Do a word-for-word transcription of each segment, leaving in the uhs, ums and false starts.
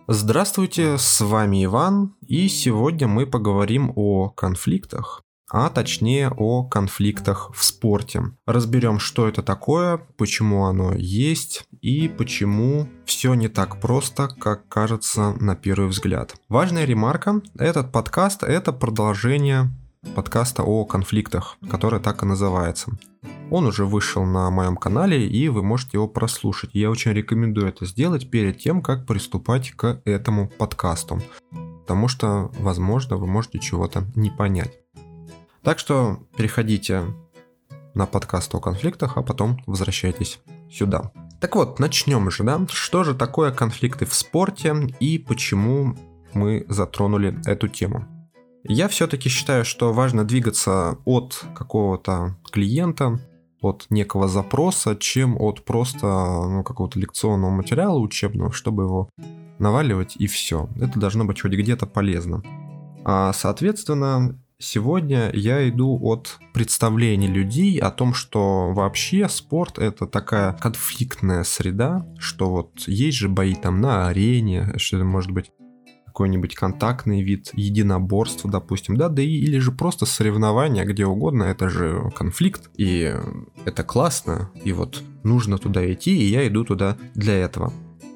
Здравствуйте, с вами Иван, и сегодня мы поговорим о конфликтах, а точнее о конфликтах в спорте. Разберем, что это такое, почему оно есть и почему все не так просто, как кажется на первый взгляд. Важная ремарка: этот подкаст — это продолжение подкаста о конфликтах, который так и называется. Он уже вышел на моем канале, и вы можете его прослушать. Я очень рекомендую это сделать перед тем, как приступать к этому подкасту, потому что, возможно, вы можете чего-то не понять. Так что переходите на подкаст о конфликтах, а потом возвращайтесь сюда. Так вот, начнем же, да? Что же такое конфликты в спорте и почему мы затронули эту тему? Я все-таки считаю, что важно двигаться от какого-то клиента, от некого запроса, чем от просто ну, какого-то лекционного материала учебного, чтобы его наваливать и все. Это должно быть хоть где-то полезно. А, соответственно, сегодня я иду от представления людей о том, что вообще спорт — это такая конфликтная среда, что вот есть же бои там на арене, что это может быть какой-нибудь контактный вид, единоборство, допустим, да, да и, или же просто соревнования, где угодно, это же конфликт, и это классно, и вот нужно туда идти, и я иду туда для этого.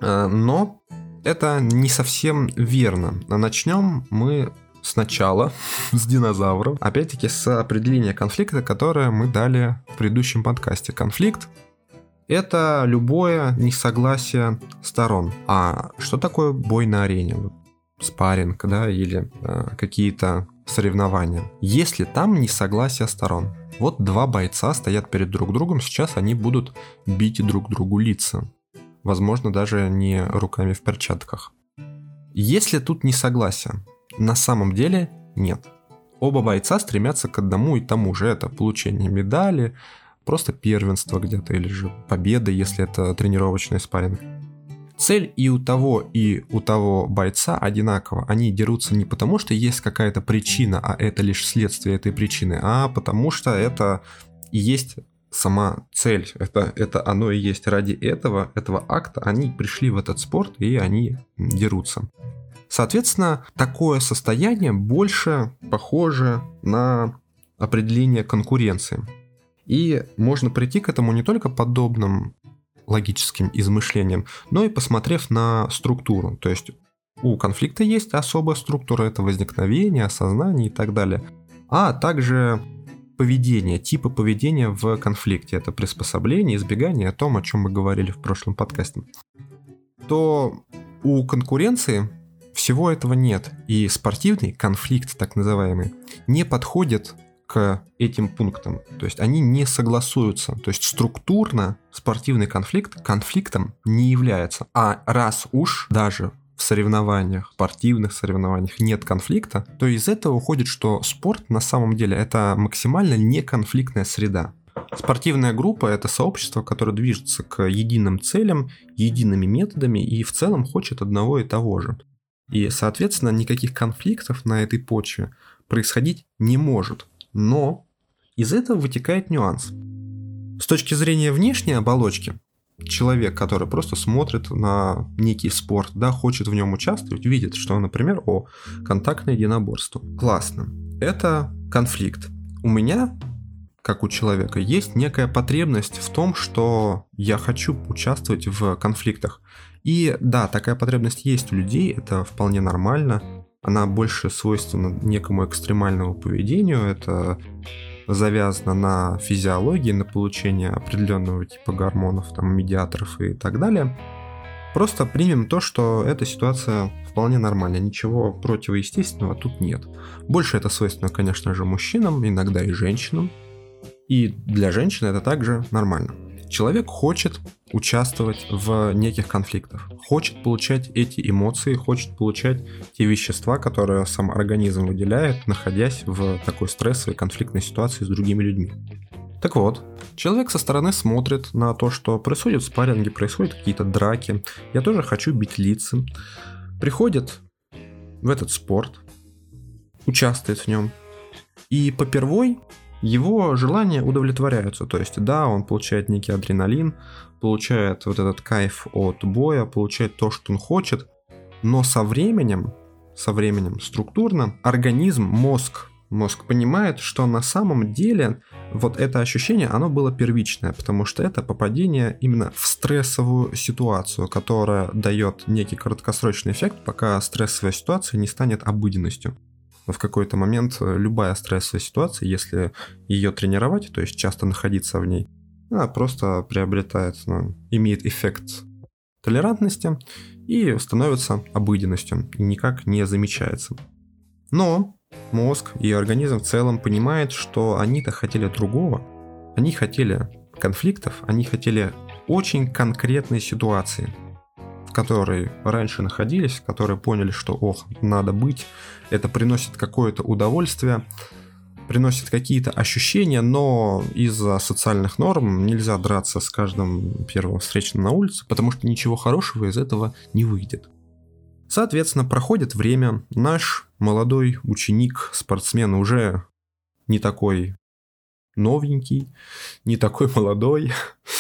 Но это не совсем верно. Начнем мы сначала с динозавров, опять-таки с определения конфликта, которое мы дали в предыдущем подкасте. Конфликт — это любое несогласие сторон. А что такое бой на арене? Спарринг, да, или э, какие-то соревнования. Если там несогласие сторон. Вот два бойца стоят перед друг другом, сейчас они будут бить друг другу лица. Возможно, даже не руками в перчатках. Если тут несогласие, на самом деле нет. Оба бойца стремятся к одному и тому же. Это получение медали, просто первенство где-то, или же победа, если это тренировочный спарринг. Цель и у того, и у того бойца одинакова. Они дерутся не потому, что есть какая-то причина, а это лишь следствие этой причины, а потому что это и есть сама цель. Это, это оно и есть. Ради этого, этого акта они пришли в этот спорт, и они дерутся. Соответственно, такое состояние больше похоже на определение конкуренции. И можно прийти к этому не только подобным логическим измышлением, но и посмотрев на структуру. То есть у конфликта есть особая структура, это возникновение, осознание и так далее. А также поведение, типы поведения в конфликте. Это приспособление, избегание, о том, о чем мы говорили в прошлом подкасте. То у конкуренции всего этого нет. И спортивный конфликт, так называемый, не подходит к этим пунктам. То есть они не согласуются. То есть структурно спортивный конфликт конфликтом не является. А раз уж даже в соревнованиях, спортивных соревнованиях нет конфликта, то из этого уходит, что спорт на самом деле это максимально неконфликтная среда. Спортивная группа — это сообщество, которое движется к единым целям, едиными методами и в целом хочет одного и того же. И, соответственно, никаких конфликтов на этой почве происходить не может. Но из этого вытекает нюанс. С точки зрения внешней оболочки, человек, который просто смотрит на некий спорт, да, хочет в нем участвовать, видит, что, например, о, контактное единоборство. Классно. Это конфликт. У меня, как у человека, есть некая потребность в том, что я хочу участвовать в конфликтах. И да, такая потребность есть у людей, это вполне нормально. Она больше свойственна некому экстремальному поведению, это завязано на физиологии, на получение определенного типа гормонов, там, медиаторов и так далее. Просто примем то, что эта ситуация вполне нормальная, ничего противоестественного тут нет. Больше это свойственно, конечно же, мужчинам, иногда и женщинам. И для женщин это также нормально. Человек хочет участвовать в неких конфликтах, хочет получать эти эмоции, хочет получать те вещества, которые сам организм выделяет, находясь в такой стрессовой конфликтной ситуации с другими людьми. Так вот, человек со стороны смотрит на то, что происходит в спарринге, происходят какие-то драки, я тоже хочу бить лица, приходит в этот спорт, участвует в нем, и попервой его желания удовлетворяются. То есть, да, он получает некий адреналин, получает вот этот кайф от боя, получает то, что он хочет, Но со временем, со временем структурно организм, мозг, Мозг понимает, что на самом деле вот это ощущение, оно было первичное, потому что это попадение именно в стрессовую ситуацию, которая дает некий краткосрочный эффект, пока стрессовая ситуация не станет обыденностью. В какой-то момент любая стрессовая ситуация, если ее тренировать, то есть часто находиться в ней, она просто приобретает, ну, имеет эффект толерантности и становится обыденностью, и никак не замечается. Но мозг и организм в целом понимает, что они-то хотели другого. Они хотели конфликтов, они хотели очень конкретной ситуации, в которой раньше находились, в которой поняли, что ох, надо быть, это приносит какое-то удовольствие, приносит какие-то ощущения, но из-за социальных норм нельзя драться с каждым первым встречным на улице, потому что ничего хорошего из этого не выйдет. Соответственно, проходит время, наш молодой ученик, спортсмен уже не такой новенький, не такой молодой,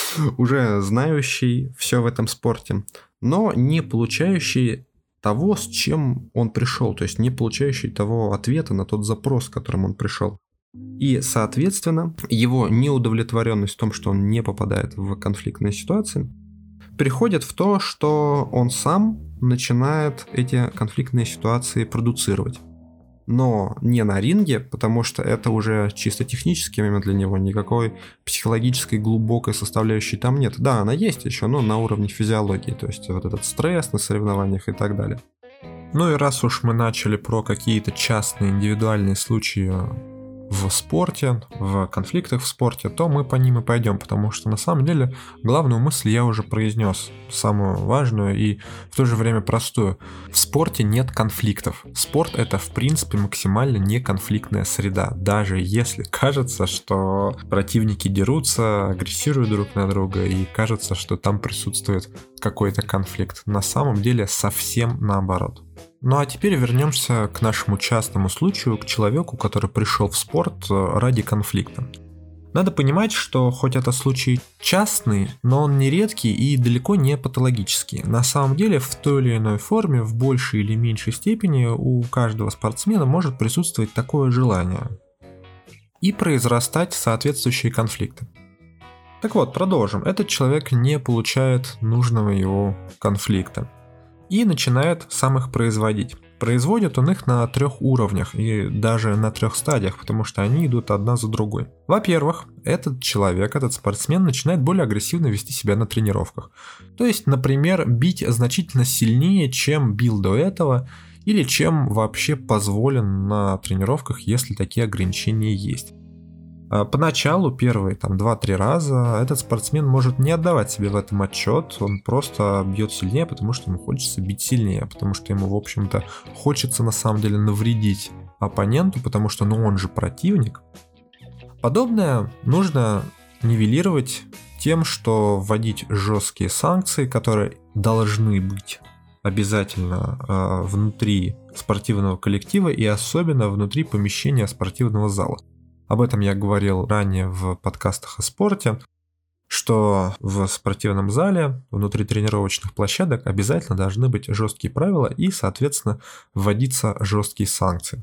уже знающий все в этом спорте, но не получающий того, с чем он пришел, то есть не получающий того ответа на тот запрос, к которому он пришел. И, соответственно, его неудовлетворенность в том, что он не попадает в конфликтные ситуации, переходит в то, что он сам начинает эти конфликтные ситуации продуцировать. Но не на ринге, потому что это уже чисто технический момент для него, никакой психологической глубокой составляющей там нет. Да, она есть еще, но на уровне физиологии, то есть вот этот стресс на соревнованиях и так далее. Ну и раз уж мы начали про какие-то частные индивидуальные случаи в спорте, в конфликтах в спорте, то мы по ним и пойдем, потому что на самом деле главную мысль я уже произнес, самую важную и в то же время простую. В спорте нет конфликтов. Спорт — это в принципе максимально неконфликтная среда, даже если кажется, что противники дерутся, агрессируют друг на друга и кажется, что там присутствует какой-то конфликт. На самом деле совсем наоборот. Ну а теперь вернемся к нашему частному случаю, к человеку, который пришел в спорт ради конфликта. Надо понимать, что хоть это случай частный, но он не редкий и далеко не патологический. На самом деле в той или иной форме, в большей или меньшей степени у каждого спортсмена может присутствовать такое желание и произрастать соответствующие конфликты. Так вот, продолжим. Этот человек не получает нужного его конфликта и начинает сам их производить. Производит он их на трех уровнях и даже на трех стадиях, потому что они идут одна за другой. Во-первых, этот человек, этот спортсмен начинает более агрессивно вести себя на тренировках. То есть, например, бить значительно сильнее, чем бил до этого, или чем вообще позволен на тренировках, если такие ограничения есть. Поначалу, первые там два-три раза, этот спортсмен может не отдавать себе в этом отчет, он просто бьет сильнее, потому что ему хочется бить сильнее, потому что ему, в общем-то, хочется на самом деле навредить оппоненту, потому что, ну, он же противник. Подобное нужно нивелировать тем, что вводить жесткие санкции, которые должны быть обязательно э, внутри спортивного коллектива и особенно внутри помещения спортивного зала. Об этом я говорил ранее в подкастах о спорте, что в спортивном зале, внутри тренировочных площадок обязательно должны быть жесткие правила и, соответственно, вводиться жесткие санкции.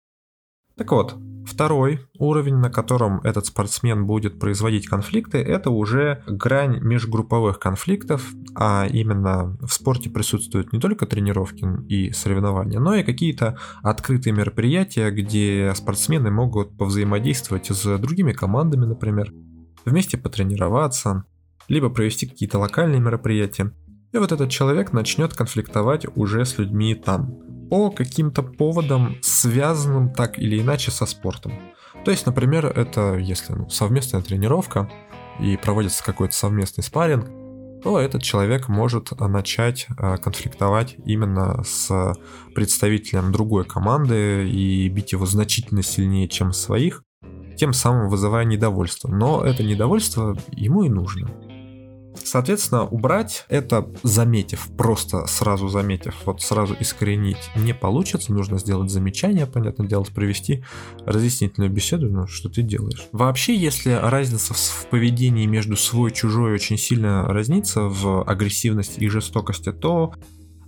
Так вот, второй уровень, на котором этот спортсмен будет производить конфликты, это уже грань межгрупповых конфликтов, а именно в спорте присутствуют не только тренировки и соревнования, но и какие-то открытые мероприятия, где спортсмены могут повзаимодействовать с другими командами, например, вместе потренироваться, либо провести какие-то локальные мероприятия. И вот этот человек начнет конфликтовать уже с людьми там, по каким-то поводам, связанным так или иначе со спортом. То есть, например, это если ну, совместная тренировка и проводится какой-то совместный спарринг, то этот человек может начать конфликтовать именно с представителем другой команды и бить его значительно сильнее, чем своих, тем самым вызывая недовольство. Но это недовольство ему и нужно. Соответственно, убрать это, заметив, просто сразу заметив, вот сразу искоренить не получится, нужно сделать замечание, понятное дело, провести разъяснительную беседу, ну, что ты делаешь. Вообще, если разница в поведении между свой и чужой очень сильно разнится в агрессивности и жестокости, то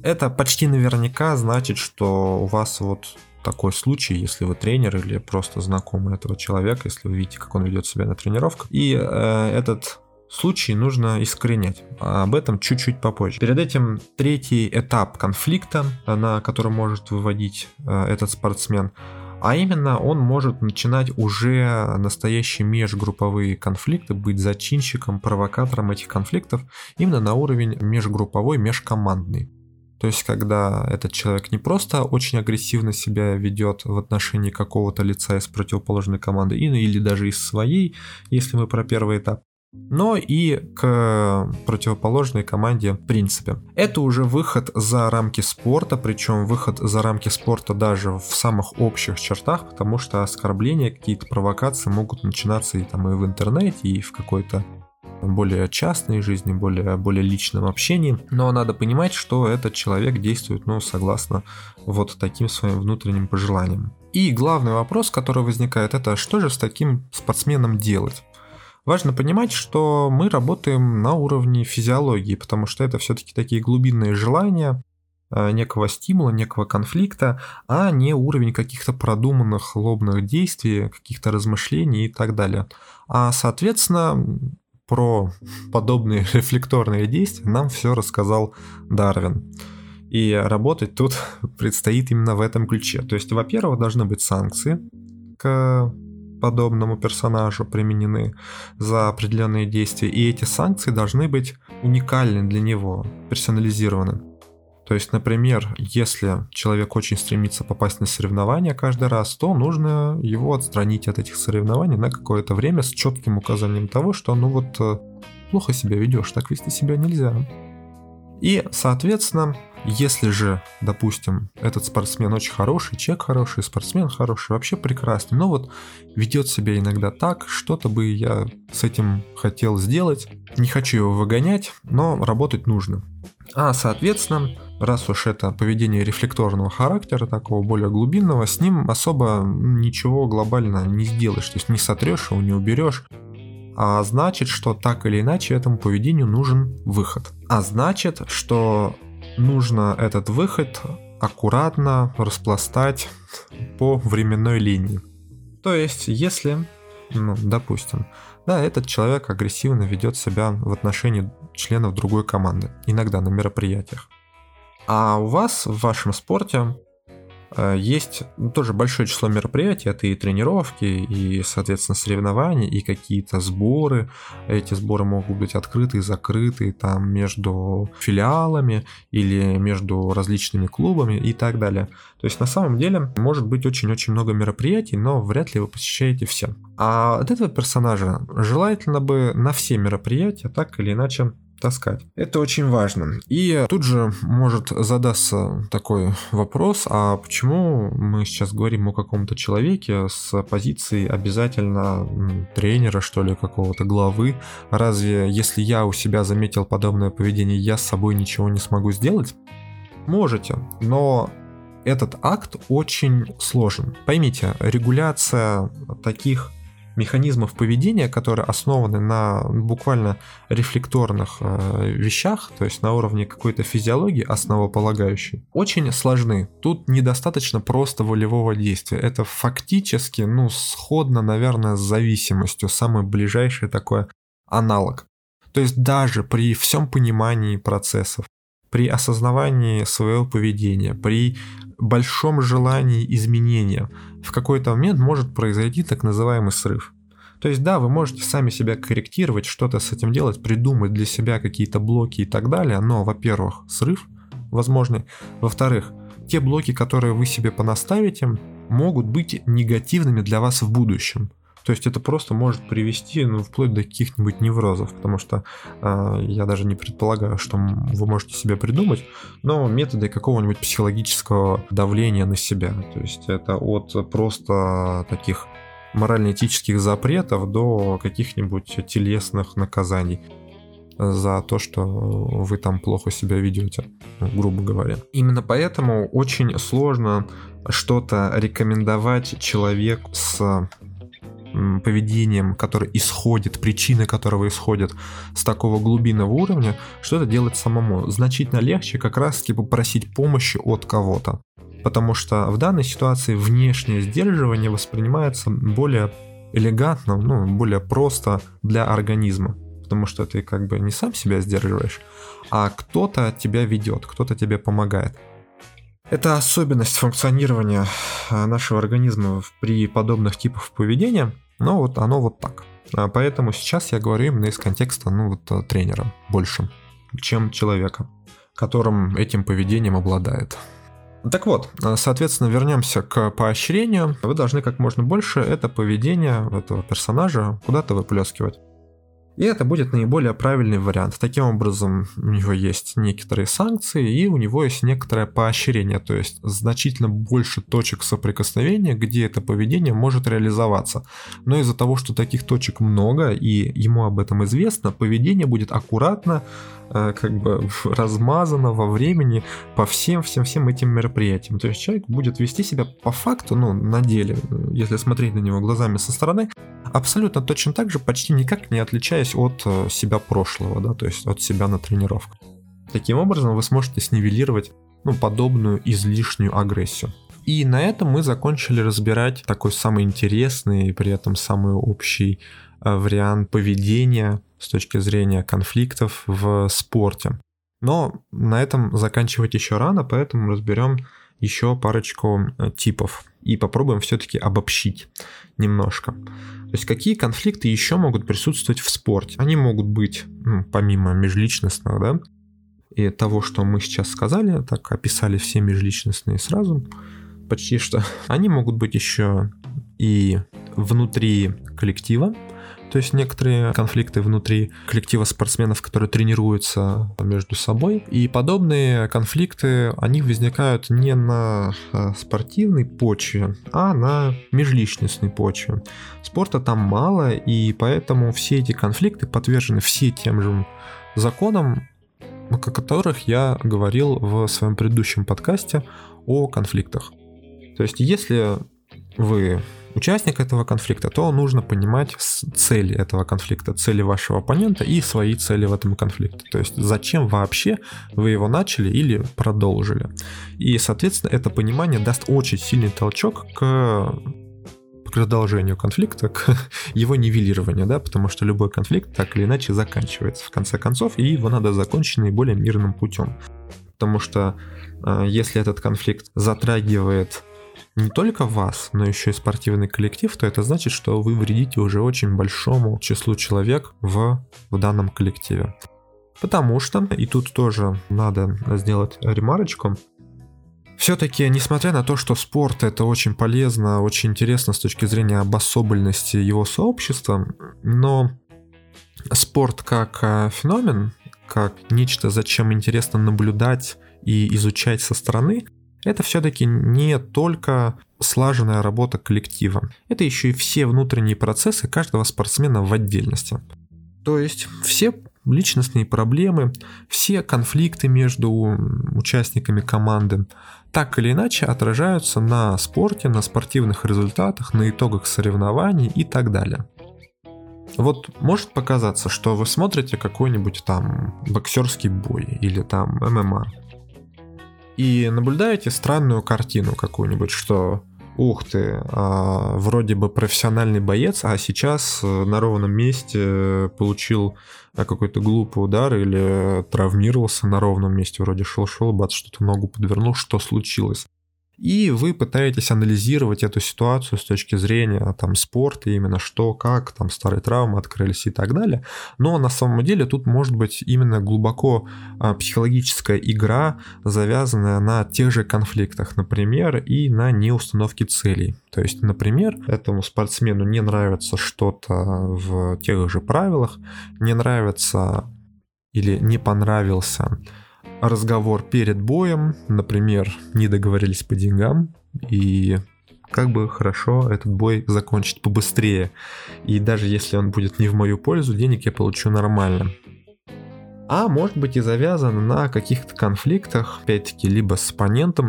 Это почти наверняка значит, что у вас вот такой случай, если вы тренер или просто знакомый этого человека, если вы видите, как он ведет себя на тренировках. И э, этот случай нужно искоренять. А об этом чуть-чуть попозже. Перед этим третий этап конфликта, на который может выводить э, этот спортсмен. А именно, он может начинать уже настоящие межгрупповые конфликты, быть зачинщиком, провокатором этих конфликтов именно на уровень межгрупповой, межкомандный. То есть, когда этот человек не просто очень агрессивно себя ведет в отношении какого-то лица из противоположной команды, или даже из своей, если мы про первый этап, но и к противоположной команде в принципе. Это уже выход за рамки спорта, причем выход за рамки спорта даже в самых общих чертах, потому что оскорбления, какие-то провокации могут начинаться и там и в интернете, и в какой-то более частной жизни, более, более личном общении. Но надо понимать, что этот человек действует, ну, согласно вот таким своим внутренним пожеланиям. И главный вопрос, который возникает, это что же с таким спортсменом делать? Важно понимать, что мы работаем на уровне физиологии, потому что это все-таки такие глубинные желания, некого стимула, некого конфликта, а не уровень каких-то продуманных лобных действий, каких-то размышлений и так далее. А, соответственно, про подобные рефлекторные действия нам все рассказал Дарвин. И работать тут предстоит именно в этом ключе. То есть, во-первых, должны быть санкции к подобному персонажу применены за определенные действия, и эти санкции должны быть уникальны для него, персонализированы. То есть, например, если человек очень стремится попасть на соревнования каждый раз, то нужно его отстранить от этих соревнований на какое-то время с четким указанием того, что ну вот плохо себя ведешь, так вести себя нельзя. И, соответственно, если же, допустим, этот спортсмен очень хороший, человек хороший, спортсмен хороший, вообще прекрасный, но вот ведет себя иногда так, что-то бы я с этим хотел сделать, не хочу его выгонять, но работать нужно. А, соответственно, раз уж это поведение рефлекторного характера, такого более глубинного, с ним особо ничего глобально не сделаешь, то есть не сотрешь его, не уберешь. А значит, что так или иначе этому поведению нужен выход. А значит, что нужно этот выход аккуратно распластать по временной линии. То есть, если, ну, допустим, да, этот человек агрессивно ведет себя в отношении членов другой команды, иногда на мероприятиях. А у вас в вашем спорте есть тоже большое число мероприятий, это и тренировки, и, соответственно, соревнования, и какие-то сборы. Эти сборы могут быть открыты и закрыты там между филиалами или между различными клубами и так далее. То есть на самом деле может быть очень-очень много мероприятий, но вряд ли вы посещаете все. А от этого персонажа желательно бы на все мероприятия так или иначе таскать. Это очень важно. И тут же может задаться такой вопрос, а почему мы сейчас говорим о каком-то человеке с позиции обязательно тренера, что ли, какого-то главы? Разве если я у себя заметил подобное поведение, я с собой ничего не смогу сделать? Можете, но этот акт очень сложен. Поймите, регуляция таких механизмов поведения, которые основаны на буквально рефлекторных э, вещах, то есть на уровне какой-то физиологии основополагающей, очень сложны. Тут недостаточно просто волевого действия. Это фактически, ну, сходно, наверное, с зависимостью, самый ближайший такой аналог. То есть даже при всем понимании процессов, при осознавании своего поведения, при большом желании изменения, в какой-то момент может произойти так называемый срыв. То есть да, вы можете сами себя корректировать, что-то с этим делать, придумать для себя какие-то блоки и так далее, но, во-первых, срыв возможный, во-вторых, те блоки, которые вы себе понаставите, могут быть негативными для вас в будущем. То есть это просто может привести, ну, вплоть до каких-нибудь неврозов, потому что э, я даже не предполагаю, что вы можете себе придумать, но методы какого-нибудь психологического давления на себя. То есть это от просто таких морально-этических запретов до каких-нибудь телесных наказаний за то, что вы там плохо себя ведете, грубо говоря. Именно поэтому очень сложно что-то рекомендовать человеку с поведением, которое исходит, причины которого исходят с такого глубинного уровня, что-то делать самому. Значительно легче как раз-таки попросить помощи от кого-то. Потому что в данной ситуации внешнее сдерживание воспринимается более элегантно, ну, более просто для организма. Потому что ты как бы не сам себя сдерживаешь, а кто-то тебя ведет, кто-то тебе помогает. Это особенность функционирования нашего организма при подобных типах поведения, но вот оно вот так. Поэтому сейчас я говорю именно из контекста, ну, вот, тренера больше, чем человека, которым этим поведением обладает. Так вот, соответственно, вернемся к поощрению. Вы должны как можно больше это поведение этого персонажа куда-то выплескивать. И это будет наиболее правильный вариант. Таким образом, у него есть некоторые санкции, и у него есть некоторое поощрение, то есть значительно больше точек соприкосновения, где это поведение может реализоваться. Но из-за того, что таких точек много, и ему об этом известно, поведение будет аккуратно, как бы размазано во времени по всем-всем-всем этим мероприятиям. То есть человек будет вести себя по факту, ну, на деле, если смотреть на него глазами со стороны, абсолютно точно так же, почти никак не отличаясь от себя прошлого, да, то есть от себя на тренировках. Таким образом, вы сможете снивелировать, ну, подобную излишнюю агрессию. И на этом мы закончили разбирать такой самый интересный и при этом самый общий вариант поведения с точки зрения конфликтов в спорте. Но на этом заканчивать еще рано, поэтому разберем еще парочку типов и попробуем все-таки обобщить немножко. То есть какие конфликты еще могут присутствовать в спорте? Они могут быть, ну, помимо межличностных, да, и того, что мы сейчас сказали, так описали все межличностные сразу, почти что, они могут быть еще и внутри коллектива. То есть некоторые конфликты внутри коллектива спортсменов, которые тренируются между собой. И подобные конфликты, они возникают не на спортивной почве, а на межличностной почве. Спорта там мало, и поэтому все эти конфликты подвержены все тем же законам, о которых я говорил в своем предыдущем подкасте о конфликтах. То есть если вы участник этого конфликта, то нужно понимать цели этого конфликта, цели вашего оппонента и свои цели в этом конфликте. То есть зачем вообще вы его начали или продолжили. И, соответственно, это понимание даст очень сильный толчок к продолжению конфликта, к его нивелированию, да, потому что любой конфликт так или иначе заканчивается в конце концов, и его надо закончить наиболее мирным путем. Потому что э, если этот конфликт затрагивает не только вас, но еще и спортивный коллектив, то это значит, что вы вредите уже очень большому числу человек в, в данном коллективе. Потому что, и тут тоже надо сделать ремарочку, все-таки, несмотря на то, что спорт это очень полезно, очень интересно с точки зрения обособленности его сообщества, но спорт как феномен, как нечто, за чем интересно наблюдать и изучать со стороны, это все-таки не только слаженная работа коллектива. Это еще и все внутренние процессы каждого спортсмена в отдельности. То есть все личностные проблемы, все конфликты между участниками команды так или иначе отражаются на спорте, на спортивных результатах, на итогах соревнований и так далее. Вот может показаться, что вы смотрите какой-нибудь там боксерский бой или там эм эм а, и наблюдаете странную картину какую-нибудь, что ух ты, а, вроде бы профессиональный боец, а сейчас на ровном месте получил какой-то глупый удар или травмировался на ровном месте, вроде шел-шел, бац, что-то ногу подвернул, что случилось. И вы пытаетесь анализировать эту ситуацию с точки зрения там, спорта, именно что, как, там старые травмы открылись и так далее. Но на самом деле тут может быть именно глубоко а, психологическая игра, завязанная на тех же конфликтах, например, и на неустановке целей. То есть, например, этому спортсмену не нравится что-то в тех же правилах, не нравится или не понравился разговор перед боем, например, не договорились по деньгам, и как бы хорошо этот бой закончить побыстрее. И даже если он будет не в мою пользу, денег я получу нормально. А может быть и завязан на каких-то конфликтах, опять-таки, либо с оппонентом,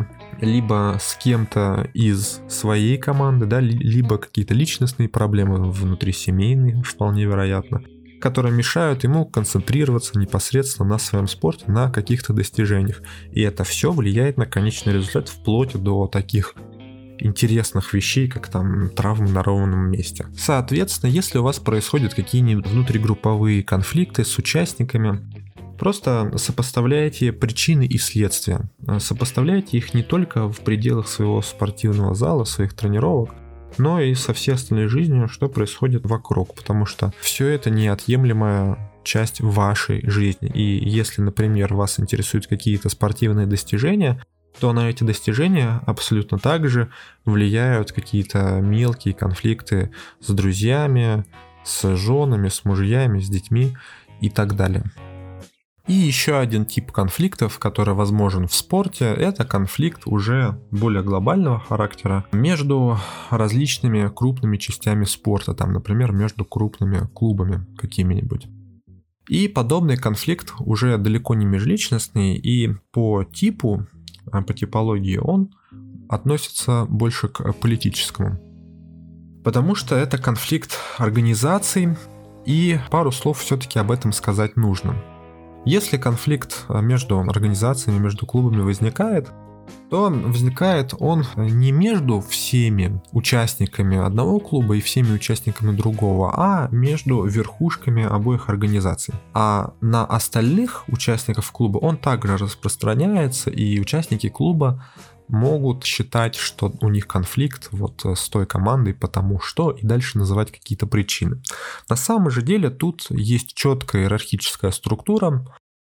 либо с кем-то из своей команды, да, либо какие-то личностные проблемы внутрисемейные, вполне вероятно, которые мешают ему концентрироваться непосредственно на своем спорте, на каких-то достижениях. И это все влияет на конечный результат вплоть до таких интересных вещей, как там травмы на ровном месте. Соответственно, если у вас происходят какие-нибудь внутригрупповые конфликты с участниками, просто сопоставляйте причины и следствия. Сопоставляйте их не только в пределах своего спортивного зала, своих тренировок, но и со всей остальной жизнью, что происходит вокруг, потому что все это неотъемлемая часть вашей жизни. И если, например, вас интересуют какие-то спортивные достижения, то на эти достижения абсолютно также влияют какие-то мелкие конфликты с друзьями, с женами, с мужьями, с детьми и так далее. И еще один тип конфликтов, который возможен в спорте, это конфликт уже более глобального характера между различными крупными частями спорта, там, например, между крупными клубами какими-нибудь. И подобный конфликт уже далеко не межличностный, и по типу, по типологии он относится больше к политическому. Потому что это конфликт организаций, и пару слов все-таки об этом сказать нужно. Если конфликт между организациями, между клубами возникает, то возникает он не между всеми участниками одного клуба и всеми участниками другого, а между верхушками обоих организаций. А на остальных участников клуба он также распространяется, и участники клуба могут считать, что у них конфликт вот с той командой, потому что, и дальше называть какие-то причины. На самом же деле тут есть четкая иерархическая структура,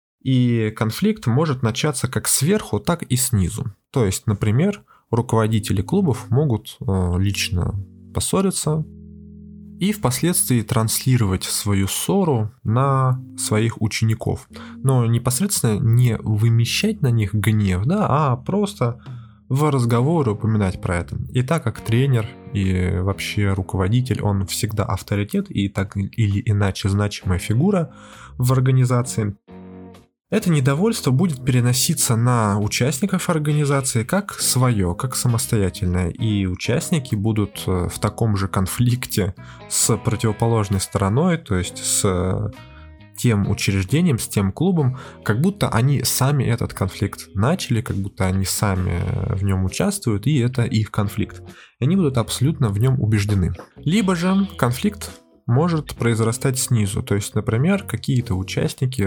и конфликт может начаться как сверху, так и снизу. То есть, например, руководители клубов могут лично поссориться и впоследствии транслировать свою ссору на своих учеников. Но непосредственно не вымещать на них гнев, да, а просто в разговоре упоминать про это. И так как тренер и вообще руководитель, он всегда авторитет и так или иначе значимая фигура в организации, это недовольство будет переноситься на участников организации как свое, как самостоятельное. И участники будут в таком же конфликте с противоположной стороной, то есть с тем учреждением, с тем клубом, как будто они сами этот конфликт начали, как будто они сами в нем участвуют, и это их конфликт. И они будут абсолютно в нем убеждены. Либо же конфликт может произрастать снизу, то есть, например, какие-то участники,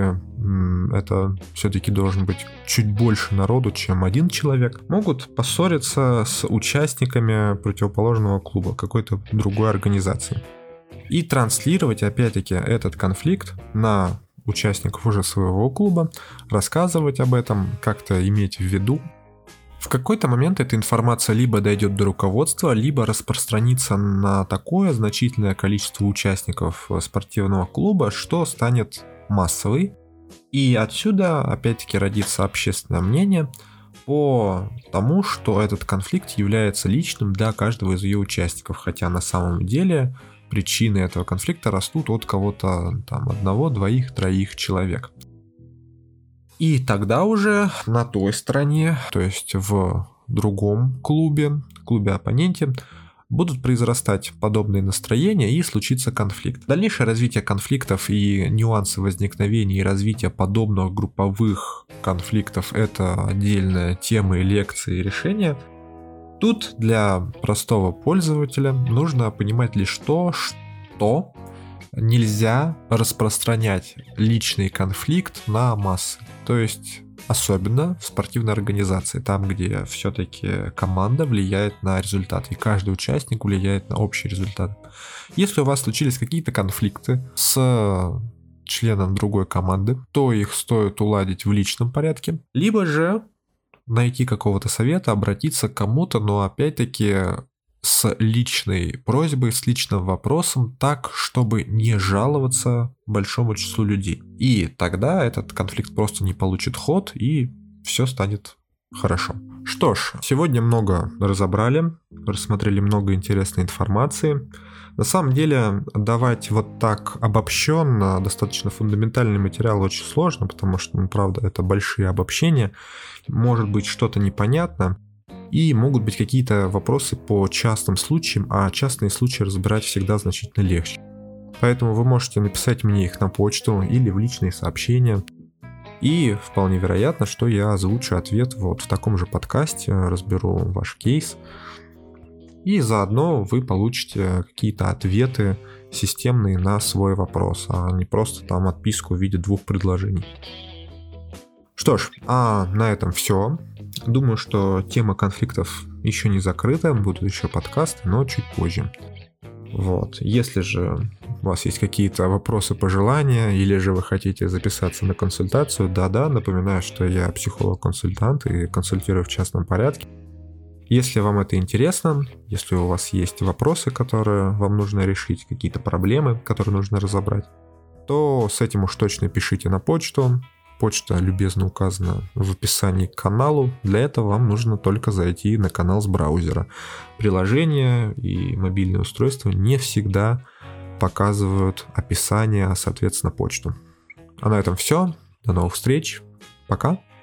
это все-таки должен быть чуть больше народу, чем один человек, могут поссориться с участниками противоположного клуба, какой-то другой организации. И транслировать, опять-таки, этот конфликт на участников уже своего клуба, рассказывать об этом, как-то иметь в виду. В какой-то момент эта информация либо дойдет до руководства, либо распространится на такое значительное количество участников спортивного клуба, что станет массовой. И отсюда, опять-таки, родится общественное мнение по тому, что этот конфликт является личным для каждого из ее участников, хотя на самом деле причины этого конфликта растут от кого-то там одного, двоих, троих человек. И тогда уже на той стороне, то есть в другом клубе, клубе-оппоненте, будут произрастать подобные настроения и случится конфликт. Дальнейшее развитие конфликтов и нюансы возникновения и развития подобных групповых конфликтов – это отдельная тема и лекции и решения. Тут для простого пользователя нужно понимать лишь то, что нельзя распространять личный конфликт на массы. То есть, особенно в спортивной организации, там, где все-таки команда влияет на результат, и каждый участник влияет на общий результат. Если у вас случились какие-то конфликты с членом другой команды, то их стоит уладить в личном порядке, либо же найти какого-то совета, обратиться к кому-то, но опять-таки с личной просьбой, с личным вопросом, так, чтобы не жаловаться большому числу людей. И тогда этот конфликт просто не получит ход, и все станет хорошо. Что ж, сегодня много разобрали, рассмотрели много интересной информации. На самом деле, давать вот так обобщенно, достаточно фундаментальный материал очень сложно, потому что, ну, правда, это большие обобщения. Может быть, что-то непонятно. И могут быть какие-то вопросы по частным случаям, а частные случаи разбирать всегда значительно легче. Поэтому вы можете написать мне их на почту или в личные сообщения. И вполне вероятно, что я озвучу ответ вот в таком же подкасте, разберу ваш кейс. И заодно вы получите какие-то ответы системные на свой вопрос, а не просто там отписку в виде двух предложений. Что ж, а на этом все. Думаю, что тема конфликтов еще не закрыта, будут еще подкасты, но чуть позже. Вот. Если же у вас есть какие-то вопросы, пожелания, или же вы хотите записаться на консультацию, да-да, напоминаю, что я психолог-консультант и консультирую в частном порядке. Если вам это интересно, если у вас есть вопросы, которые вам нужно решить, какие-то проблемы, которые нужно разобрать, то с этим уж точно пишите на почту. Почта любезно указана в описании к каналу. Для этого вам нужно только зайти на канал с браузера. Приложения и мобильные устройства не всегда показывают описание, а соответственно почту. А на этом все. До новых встреч. Пока.